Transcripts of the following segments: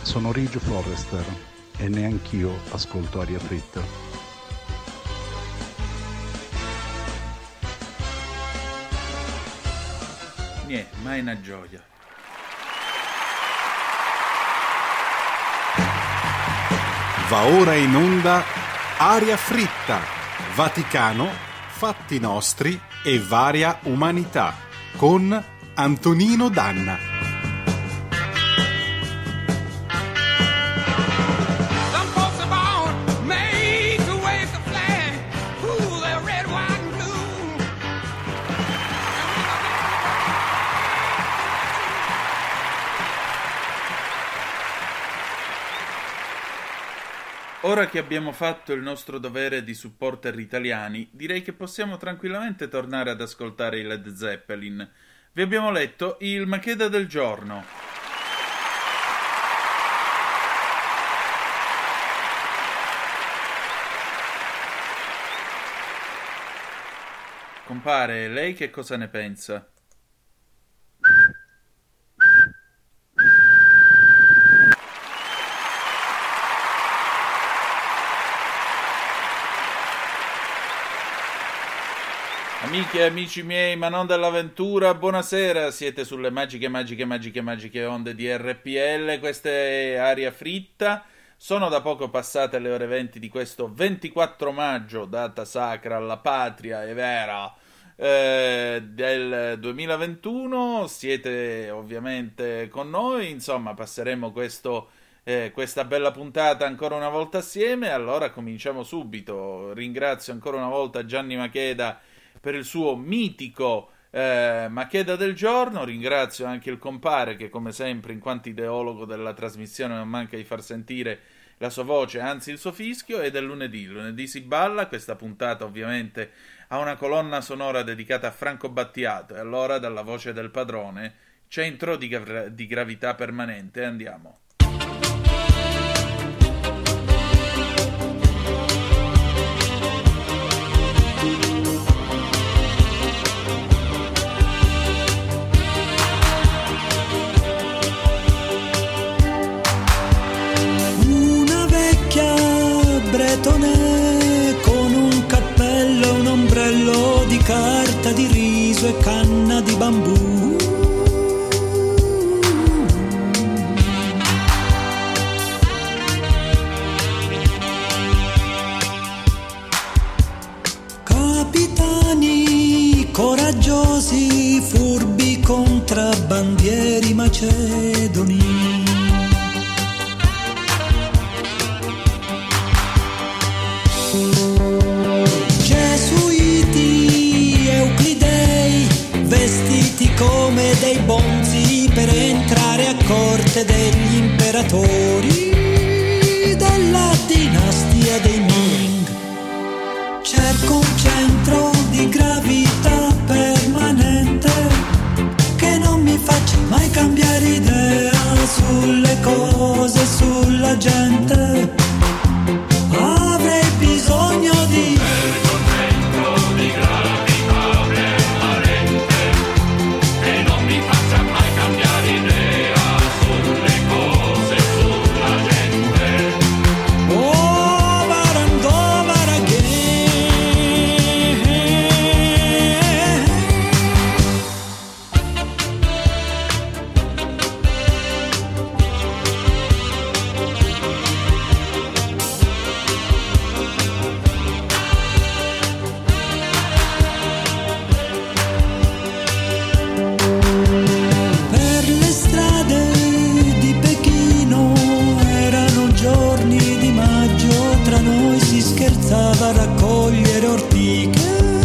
Sono Ridge Forrester e neanch'io ascolto Aria Fritta. Ma è una gioia. Va ora in onda Aria Fritta, Vaticano, fatti nostri e varia umanità, con Antonino Danna. Ora che abbiamo fatto il nostro dovere di supporter italiani, direi che possiamo tranquillamente tornare ad ascoltare i Led Zeppelin. Vi abbiamo letto il Macheda del giorno. Compare, lei che cosa ne pensa? Amiche e amici miei, ma non dell'avventura, buonasera, siete sulle magiche onde di RPL, questa è Aria Fritta, sono da poco passate le ore 20 di questo 24 maggio, data sacra alla patria, è vera, del 2021, siete ovviamente con noi, insomma passeremo questa bella puntata ancora una volta assieme, allora cominciamo subito, ringrazio ancora una volta Gianni Macheda per il suo mitico Macheda del giorno, ringrazio anche il compare che come sempre in quanto ideologo della trasmissione non manca di far sentire la sua voce, anzi il suo fischio, ed è lunedì si balla, questa puntata ovviamente ha una colonna sonora dedicata a Franco Battiato e allora dalla voce del padrone, centro di gravità permanente, andiamo. Bretone con un cappello, un ombrello di carta di riso e canna di bambù. Capitani coraggiosi, furbi contrabbandieri macedoni. Gesuiti, euclidei, vestiti come dei bonzi per entrare a corte degli imperatori della dinastia dei Ming. Cerco un centro di gravità permanente che non mi faccia mai cambiare idea sulle cose, sulla gente. Avrei bisogno di centro di gravità permanente che non mi faccia mai cambiare idea sulle cose, sulla gente. Over and over again. Per le strade di Pechino erano giorni di maggio, tra noi si scherzava a raccogliere ortiche.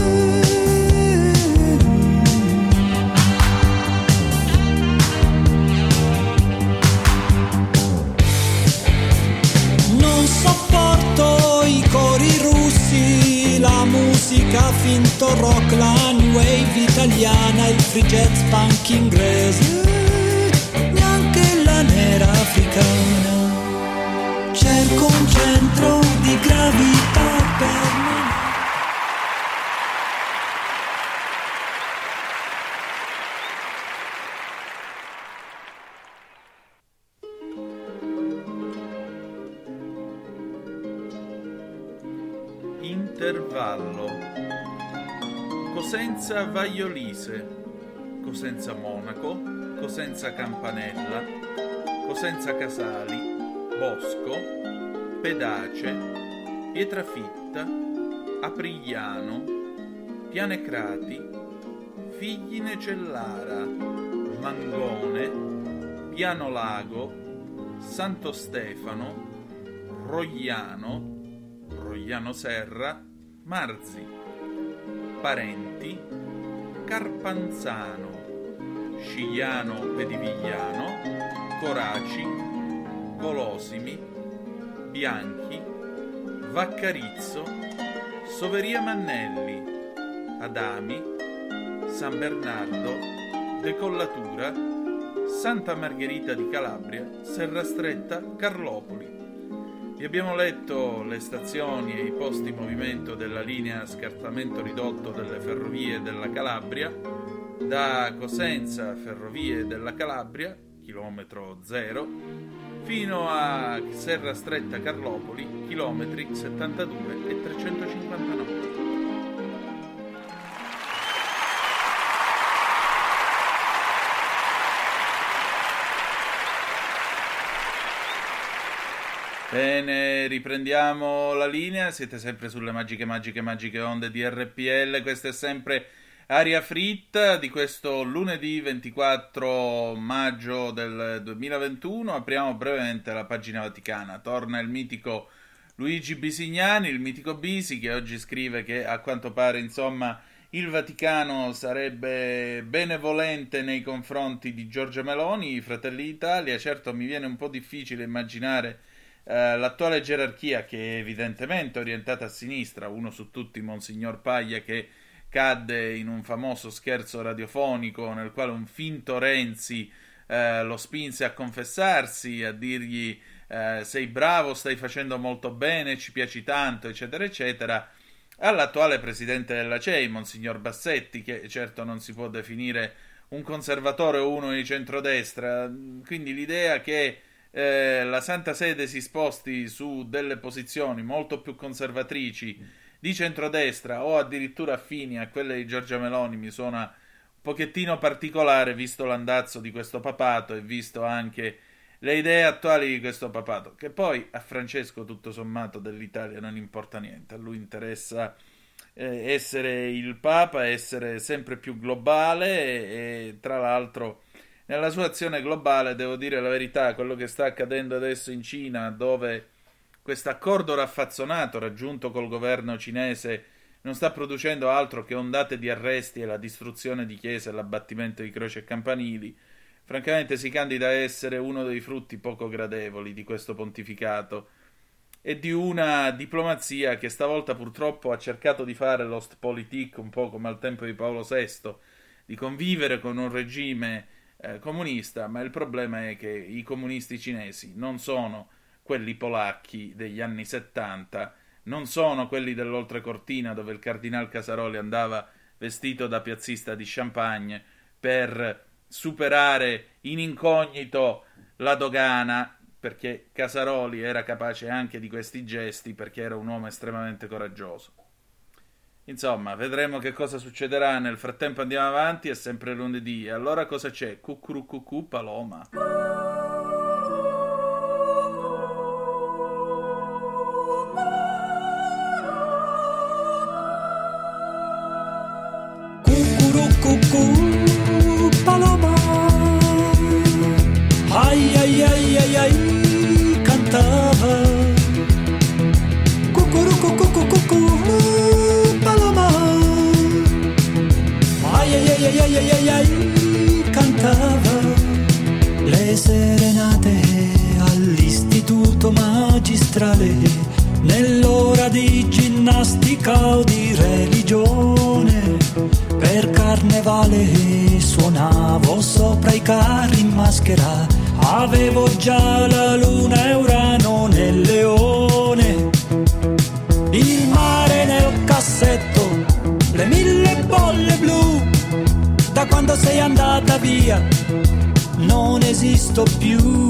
Non sopporto i cori russi, la musica finto rock, la new wave italiana, il free jazz punk inglese, neanche la nera africana. Cerco un centro di gravità permanente. Intervallo. Cosenza Vaiolise, Cosenza Monaco, Cosenza Campanella, Cosenza Casali, Bosco, Pedace, Pietrafitta, Aprigliano, Pianecrati, Figline Cellara, Mangone, Piano Lago, Santo Stefano, Rogliano, Rogliano Serra, Marzi, Parenti, Carpanzano, Scigliano Pedivigliano, Coraci, Colosimi, Bianchi, Vaccarizzo, Soveria Mannelli, Adami, San Bernardo, Decollatura, Santa Margherita di Calabria, Serrastretta, Carlopoli. Vi abbiamo letto le stazioni e i posti in movimento della linea a scartamento ridotto delle ferrovie della Calabria, da Cosenza Ferrovie della Calabria, chilometro 0, fino a Serrastretta Carlopoli, chilometri 72 e 359. Bene, riprendiamo la linea, siete sempre sulle magiche onde di RPL, questa è sempre Aria Fritta di questo lunedì 24 maggio del 2021, apriamo brevemente la pagina vaticana, torna il mitico Luigi Bisignani, il mitico Bisi, che oggi scrive che a quanto pare, insomma, il Vaticano sarebbe benevolente nei confronti di Giorgia Meloni, i Fratelli d'Italia. Certo, mi viene un po' difficile immaginare l'attuale gerarchia, che è evidentemente orientata a sinistra, uno su tutti Monsignor Paglia, che cadde in un famoso scherzo radiofonico nel quale un finto Renzi lo spinse a confessarsi, a dirgli sei bravo, stai facendo molto bene, ci piaci tanto, eccetera eccetera, all'attuale presidente della CEI, Monsignor Bassetti, che certo non si può definire un conservatore o uno di centrodestra, quindi l'idea che la Santa Sede si sposti su delle posizioni molto più conservatrici di centrodestra o addirittura affini a quelle di Giorgia Meloni mi suona un pochettino particolare, visto l'andazzo di questo papato e visto anche le idee attuali di questo papato, che poi a Francesco tutto sommato dell'Italia non importa niente, a lui interessa essere il Papa, essere sempre più globale e tra l'altro nella sua azione globale, devo dire la verità, quello che sta accadendo adesso in Cina, dove questo accordo raffazzonato raggiunto col governo cinese non sta producendo altro che ondate di arresti e la distruzione di chiese e l'abbattimento di croci e campanili, francamente si candida a essere uno dei frutti poco gradevoli di questo pontificato e di una diplomazia che stavolta purtroppo ha cercato di fare l'Ostpolitik un po' come al tempo di Paolo VI, di convivere con un regime comunista, ma il problema è che i comunisti cinesi non sono quelli polacchi degli anni 70, non sono quelli dell'oltrecortina dove il cardinal Casaroli andava vestito da piazzista di Champagne per superare in incognito la dogana, perché Casaroli era capace anche di questi gesti perché era un uomo estremamente coraggioso. Insomma, vedremo che cosa succederà. Nel frattempo andiamo avanti, è sempre lunedì. E allora cosa c'è? Cucurucucù Paloma. Cucurucucù Paloma, ai ai ai ai ai, cantava. Cucurucucucucucù cantava le serenate all'istituto magistrale, nell'ora di ginnastica o di religione, per carnevale suonavo sopra i carri in maschera, avevo già la luna e Urano nel leone, il mare nel cassetto, le 1000 bolle blu. Da quando sei andata via non esisto più.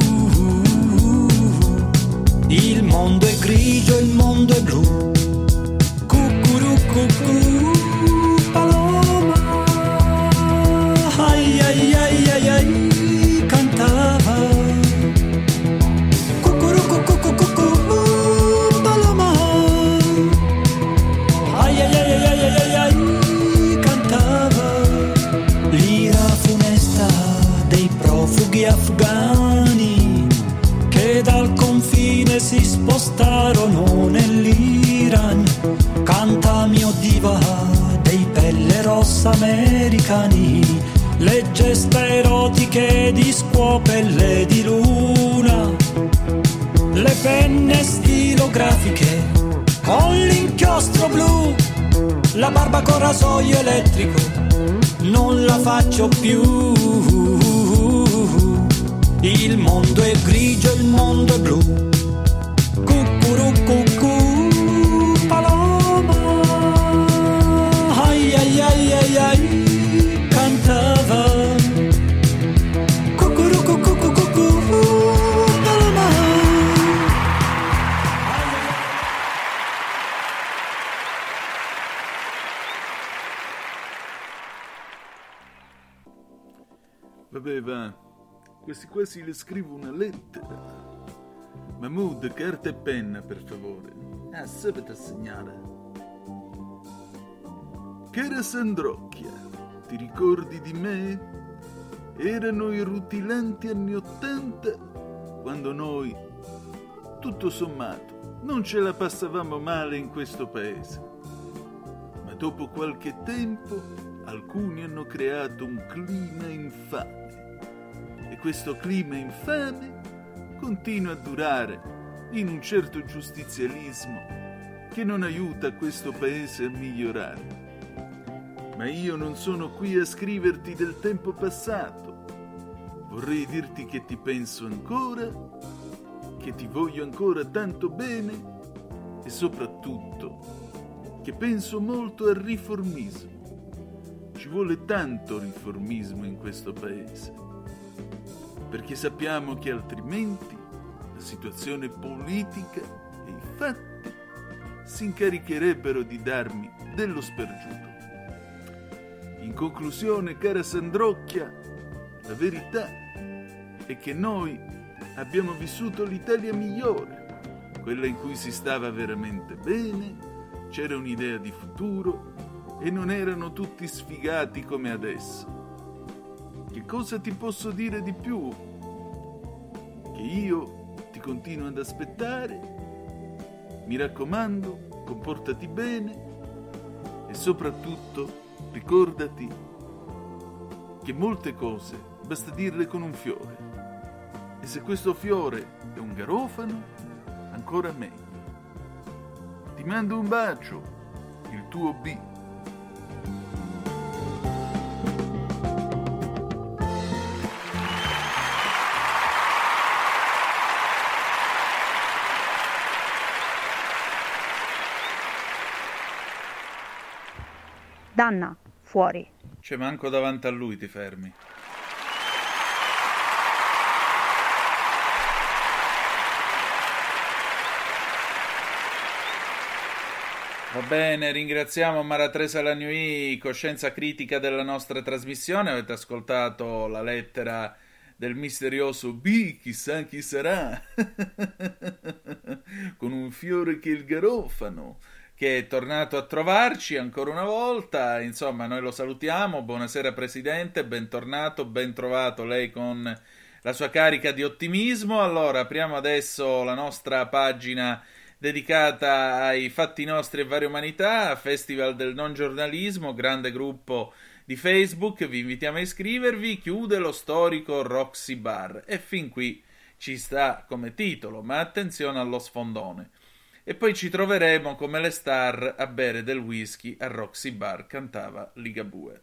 Il mondo è grigio, il mondo è blu. diva dei pelle rossa americani, le gesta erotiche di scuopelle di luna, le penne stilografiche con l'inchiostro blu, la barba con rasoio elettrico non la faccio più. Il mondo è grigio, il mondo è blu. Cucurucucù, paloma, ai ai ai ai ai, cantava. Cucurucucucucucù, paloma. Vabbè, va. Questi quasi le scrivo una lettera. Mahmood, carta e penna, per favore. Subito, signora. Cara Sandrocchia, ti ricordi di me? Erano i rutilanti anni '80 quando noi, tutto sommato, non ce la passavamo male in questo paese. Ma dopo qualche tempo alcuni hanno creato un clima infame. E questo clima infame continua a durare in un certo giustizialismo che non aiuta questo paese a migliorare. Ma io non sono qui a scriverti del tempo passato. Vorrei dirti che ti penso ancora, che ti voglio ancora tanto bene e soprattutto che penso molto al riformismo. Ci vuole tanto riformismo in questo paese, perché sappiamo che altrimenti la situazione politica e i fatti si incaricherebbero di darmi dello spergiuro. In conclusione, cara Sandrocchia, la verità è che noi abbiamo vissuto l'Italia migliore, quella in cui si stava veramente bene, c'era un'idea di futuro e non erano tutti sfigati come adesso. Che cosa ti posso dire di più? Che io ti continuo ad aspettare. Mi raccomando, comportati bene e soprattutto ricordati che molte cose basta dirle con un fiore. E se questo fiore è un garofano, ancora meglio. Ti mando un bacio, il tuo B. Danna, fuori. C'è manco davanti a lui, ti fermi. Va bene, ringraziamo Mara Teresa Lagnui, coscienza critica della nostra trasmissione. Avete ascoltato la lettera del misterioso B, chissà chi sarà, con un fiore che è il garofano, che è tornato a trovarci ancora una volta. Insomma, noi lo salutiamo. Buonasera Presidente, bentornato, ben trovato lei con la sua carica di ottimismo. Allora, apriamo adesso la nostra pagina dedicata ai fatti nostri e varie umanità, Festival del non giornalismo, grande gruppo di Facebook, vi invitiamo a iscrivervi. Chiude lo storico Roxy Bar, e fin qui ci sta come titolo, ma attenzione allo sfondone. E poi ci troveremo come le star a bere del whisky a Roxy Bar, cantava Ligabue.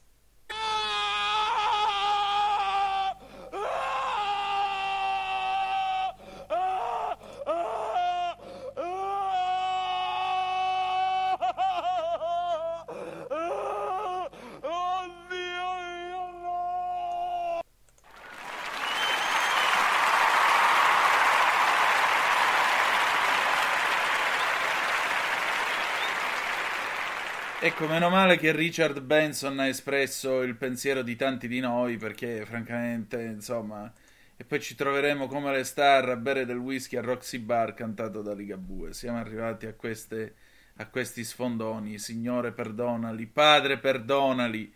Ecco, meno male che Richard Benson ha espresso il pensiero di tanti di noi, perché francamente, insomma, e poi ci troveremo come le star a bere del whisky a Roxy Bar cantato da Ligabue. Siamo arrivati a questi sfondoni. Signore, perdonali, Padre, perdonali,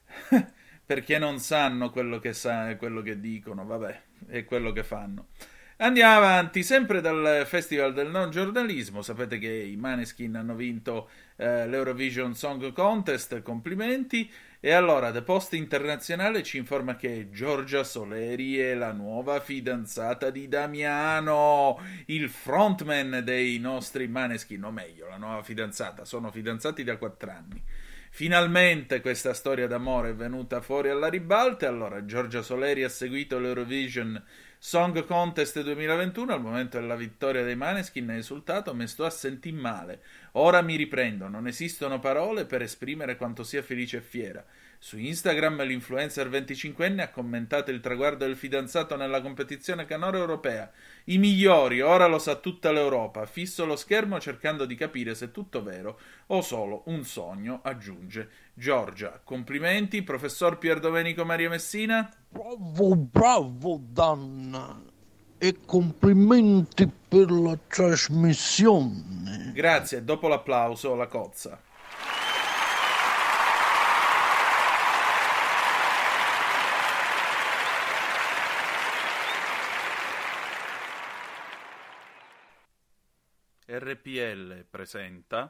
perché non sanno quello che dicono, vabbè, è quello che fanno. Andiamo avanti, sempre dal Festival del Non Giornalismo. Sapete che i Maneskin hanno vinto l'Eurovision Song Contest, complimenti. E allora The Post Internazionale ci informa che Giorgia Soleri è la nuova fidanzata di Damiano, il frontman dei nostri Maneskin, o meglio, la nuova fidanzata, sono fidanzati da 4 anni. Finalmente questa storia d'amore è venuta fuori alla ribalta. Allora Giorgia Soleri ha seguito l'Eurovision Song Contest 2021, al momento della vittoria dei Maneskin ha esultato: "Me sto a sentir male, ora mi riprendo, non esistono parole per esprimere quanto sia felice e fiera". Su Instagram l'influencer 25enne ha commentato il traguardo del fidanzato nella competizione canora europea: "I migliori, ora lo sa tutta l'Europa, fisso lo schermo cercando di capire se è tutto vero o solo un sogno", aggiunge Giorgia. Complimenti, professor Pierdomenico Maria Messina. Bravo Danna, e complimenti per la trasmissione. Grazie, dopo l'applauso la cozza. RPL presenta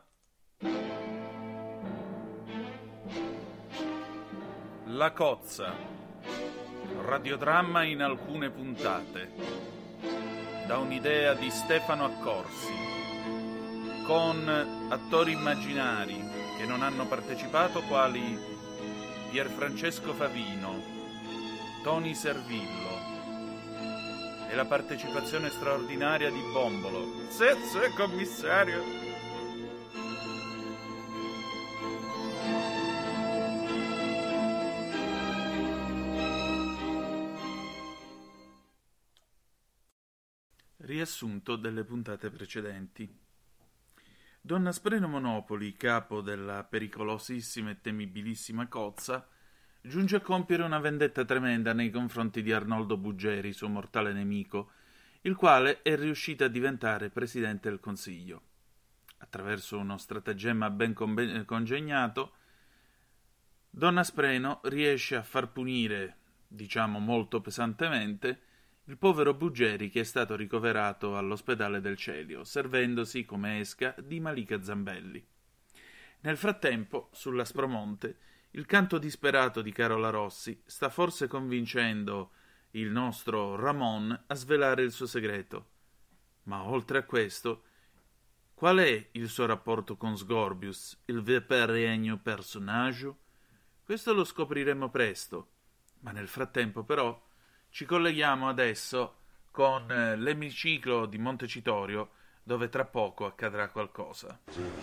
La Cozza, radiodramma in alcune puntate, da un'idea di Stefano Accorsi, con attori immaginari che non hanno partecipato quali Pierfrancesco Favino, Tony Servillo e la partecipazione straordinaria di Bombolo. Sì, commissario. Riassunto delle puntate precedenti. Don Aspreno Monopoli, capo della pericolosissima e temibilissima Cozza, giunge a compiere una vendetta tremenda nei confronti di Arnoldo Buggeri, suo mortale nemico, il quale è riuscito a diventare presidente del Consiglio. Attraverso uno stratagemma ben congegnato, Don Aspreno riesce a far punire, diciamo molto pesantemente, il povero Buggeri, che è stato ricoverato all'ospedale del Celio, servendosi come esca di Malika Zambelli. Nel frattempo, sull'Aspromonte, il canto disperato di Carola Rossi sta forse convincendo il nostro Ramon a svelare il suo segreto. Ma oltre a questo, qual è il suo rapporto con Sgorbius, il veperegno personaggio? Questo lo scopriremo presto, ma nel frattempo però ci colleghiamo adesso con l'emiciclo di Montecitorio, dove tra poco accadrà qualcosa.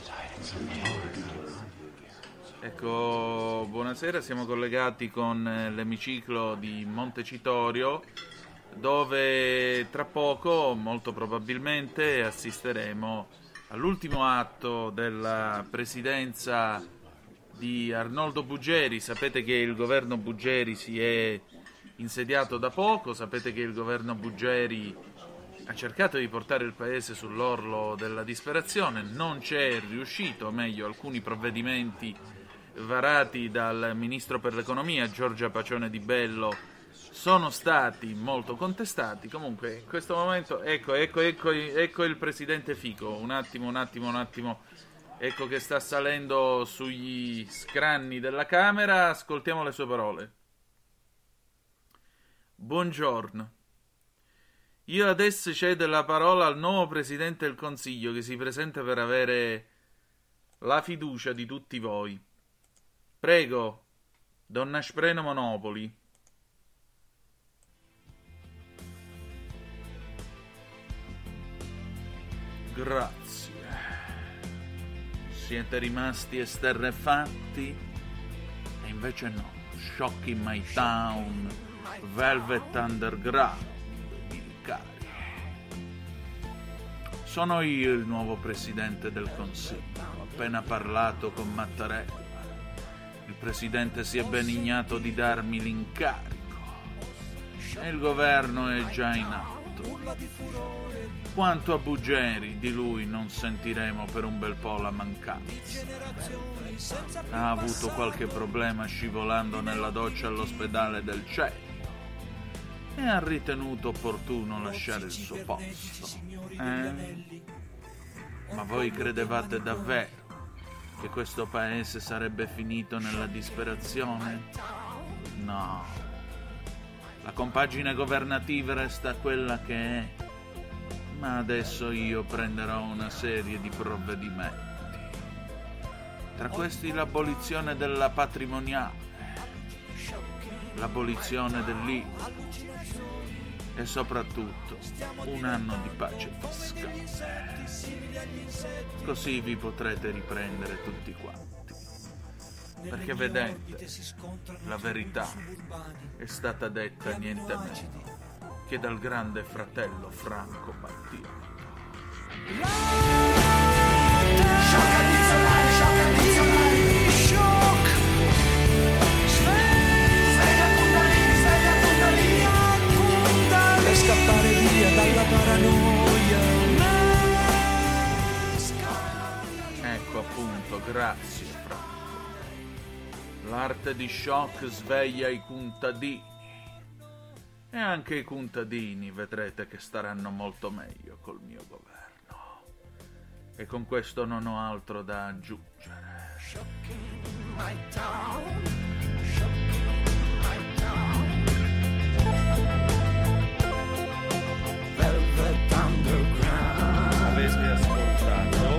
Ecco, buonasera, siamo collegati con l'emiciclo di Montecitorio, dove tra poco, molto probabilmente, assisteremo all'ultimo atto della presidenza di Arnoldo Buggeri. Sapete che il governo Buggeri si è insediato da poco, sapete che il governo Buggeri ha cercato di portare il paese sull'orlo della disperazione, non c'è riuscito, o meglio, alcuni provvedimenti varati dal ministro per l'economia Giorgia Pacione Di Bello sono stati molto contestati. Comunque in questo momento ecco il presidente Fico, un attimo, ecco che sta salendo sugli scranni della Camera, ascoltiamo le sue parole. Buongiorno. Io adesso cedo la parola al nuovo Presidente del Consiglio che si presenta per avere la fiducia di tutti voi. Prego, Don Aspreno Monopoli. Grazie. Siete rimasti esterrefatti? E invece no. Shock in my town, Velvet Underground, mi cari. Sono io il nuovo Presidente del Consiglio. Ho appena parlato con Mattarella. Il Presidente si è benignato di darmi l'incarico. E il governo è già in atto. Quanto a Buggeri, di lui non sentiremo per un bel po' la mancanza. Ha avuto qualche problema scivolando nella doccia all'ospedale del Celio. e ha ritenuto opportuno lasciare il suo posto. Ma voi credevate davvero che questo paese sarebbe finito nella disperazione? No. La compagine governativa resta quella che è, ma adesso io prenderò una serie di provvedimenti. Tra questi l'abolizione della patrimoniale, l'abolizione dell'IVA e soprattutto un anno di pace fiscale. Così vi potrete riprendere tutti quanti. Perché vedete, la verità è stata detta niente meno che dal grande fratello Franco Battiato. Per scappare via dalla paranoia. Ecco appunto, grazie Franco. L'arte di shock sveglia i contadini. E anche i contadini vedrete che staranno molto meglio col mio governo. E con questo non ho altro da aggiungere. Avete ascoltato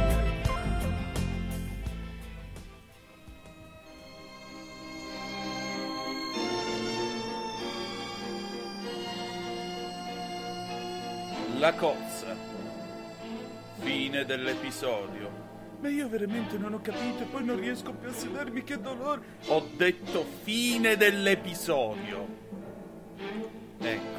La cozza. Fine dell'episodio. Ma io veramente non ho capito e poi non riesco più a sedermi, che dolore. Ho detto fine dell'episodio. Ecco.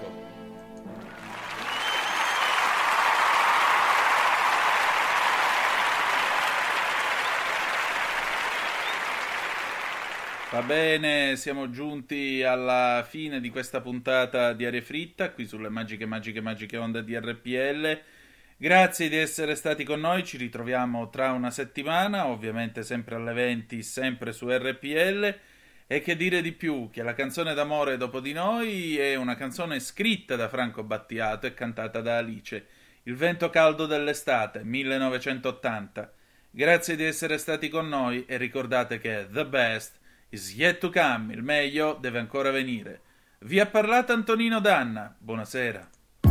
Va bene, siamo giunti alla fine di questa puntata di Aria Fritta, qui sulle magiche onde di RPL. Grazie di essere stati con noi, ci ritroviamo tra una settimana, ovviamente sempre alle 20, sempre su RPL. E che dire di più, che la canzone d'amore Dopo di noi è una canzone scritta da Franco Battiato e cantata da Alice. Il vento caldo dell'estate, 1980. Grazie di essere stati con noi e ricordate che the best is yet to come, il meglio deve ancora venire. Vi ha parlato Antonino Danna, buonasera.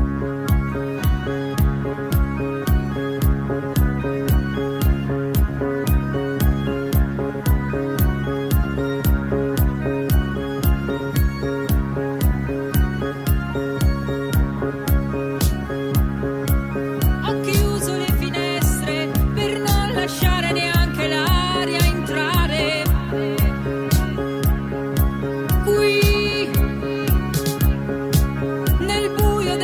Ho chiuso le finestre per non lasciare neanche l'aria entrare. Qui nel buio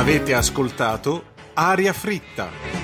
Avete ascoltato Aria Fritta.